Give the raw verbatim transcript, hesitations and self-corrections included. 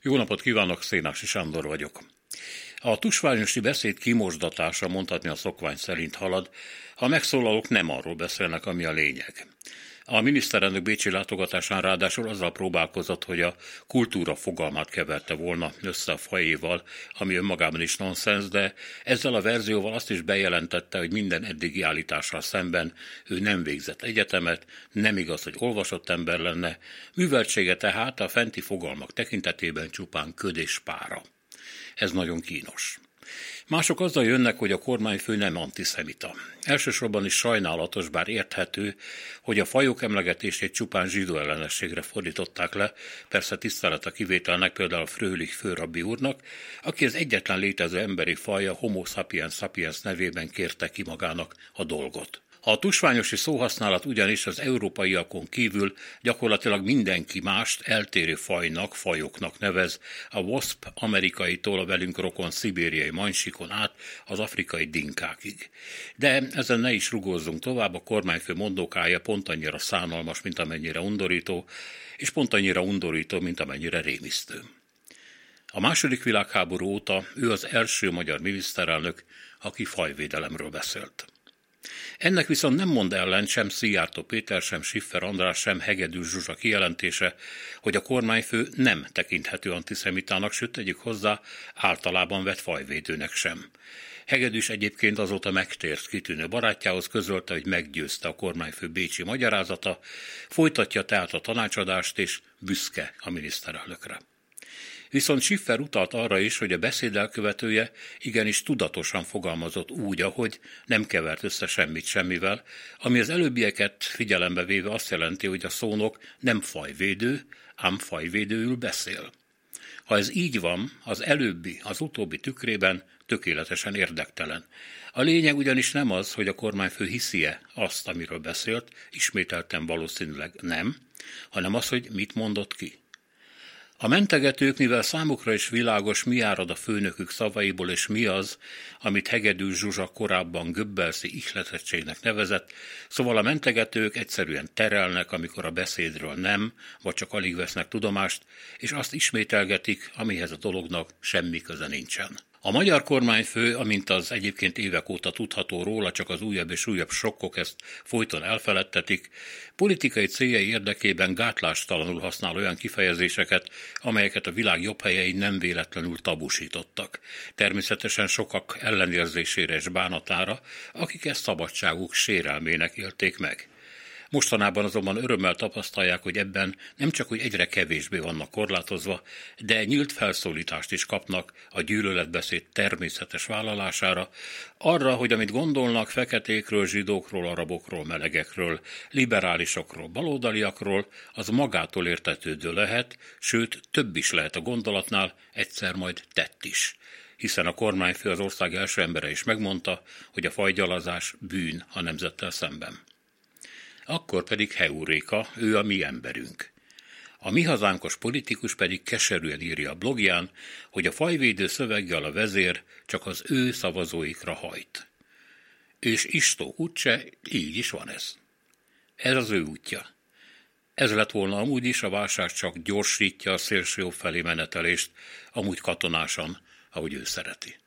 Jó napot kívánok, Szénási Sándor vagyok. A tusványosi beszéd kimosdatása mondhatni a szokvány szerint halad, a megszólalók nem arról beszélnek, ami a lényeg. A miniszterelnök bécsi látogatásán ráadásul azzal próbálkozott, hogy a kultúra fogalmát keverte volna össze a fajéval, ami önmagában is nonsens, de ezzel a verzióval azt is bejelentette, hogy minden eddigi állítással szemben ő nem végzett egyetemet, nem igaz, hogy olvasott ember lenne, műveltsége tehát a fenti fogalmak tekintetében csupán köd és pára. Ez nagyon kínos. Mások azzal jönnek, hogy a kormányfő nem antiszemita. Elsősorban is sajnálatos, bár érthető, hogy a fajok emlegetését csupán zsidó ellenességre fordították le, persze tisztelet a kivételnek, például a Fröhlich főrabbi úrnak, aki az egyetlen létező emberi faj, a Homo sapiens sapiens nevében kérte ki magának a dolgot. A tusványosi szóhasználat ugyanis az európaiakon kívül gyakorlatilag mindenki mást eltérő fajnak, fajoknak nevez, a wasp amerikaitól a velünk rokon szibériai manysikon át az afrikai dinkákig. De ezen ne is rugózzunk tovább, a kormányfő mondókája pont annyira szánalmas, mint amennyire undorító, és pont annyira undorító, mint amennyire rémisztő. A második világháború óta ő az első magyar miniszterelnök, aki fajvédelemről beszélt. Ennek viszont nem mond ellen sem Szijjártó Péter, sem Schiffer András, sem Hegedűs Zsuzsa kijelentése, hogy a kormányfő nem tekinthető antiszemitának, sőt tegyük hozzá, általában vett fajvédőnek sem. Hegedűs egyébként azóta megtért kitűnő barátjához, közölte, hogy meggyőzte a kormányfő bécsi magyarázata, folytatja tehát a tanácsadást és büszke a miniszterelnökre. Viszont Schiffer utalt arra is, hogy a beszéd elkövetője igenis tudatosan fogalmazott úgy, ahogy nem kevert össze semmit semmivel, ami az előbbieket figyelembe véve azt jelenti, hogy a szónok nem fajvédő, ám fajvédőül beszél. Ha ez így van, az előbbi, az utóbbi tükrében tökéletesen érdektelen. A lényeg ugyanis nem az, hogy a kormányfő hiszi-e azt, amiről beszélt, ismételten valószínűleg nem, hanem az, hogy mit mondott ki. A mentegetők, mivel számukra is világos, mi árad a főnökük szavaiból, és mi az, amit Hegedűs Zsuzsa korábban Goebbelszi ihletettségnek nevezett, szóval a mentegetők egyszerűen terelnek, amikor a beszédről nem, vagy csak alig vesznek tudomást, és azt ismételgetik, amihez a dolognak semmi köze nincsen. A magyar kormányfő, amint az egyébként évek óta tudható róla, csak az újabb és újabb sokkok ezt folyton elfeledtetik, politikai céljai érdekében gátlástalanul használ olyan kifejezéseket, amelyeket a világ jobb helyei nem véletlenül tabusítottak. Természetesen sokak ellenérzésére és bánatára, akik ezt szabadságuk sérelmének élték meg. Mostanában azonban örömmel tapasztalják, hogy ebben nem csak, hogy egyre kevésbé vannak korlátozva, de nyílt felszólítást is kapnak a gyűlöletbeszéd természetes vállalására, arra, hogy amit gondolnak feketékről, zsidókról, arabokról, melegekről, liberálisokról, baloldaliakról, az magától értetődő lehet, sőt több is lehet a gondolatnál, egyszer majd tett is. Hiszen a kormányfő, az ország első embere is megmondta, hogy a fajgyalazás bűn a nemzettel szemben. Akkor pedig heuréka, ő a mi emberünk. A mi hazánkos politikus pedig keserűen írja a blogján, hogy a fajvédő szöveggel a vezér csak az ő szavazóikra hajt. És istó úgyse, így is van ez. Ez az ő útja. Ez lett volna amúgy is, a válság csak gyorsítja a szélsőjobb felé menetelést, amúgy katonásan, ahogy ő szereti.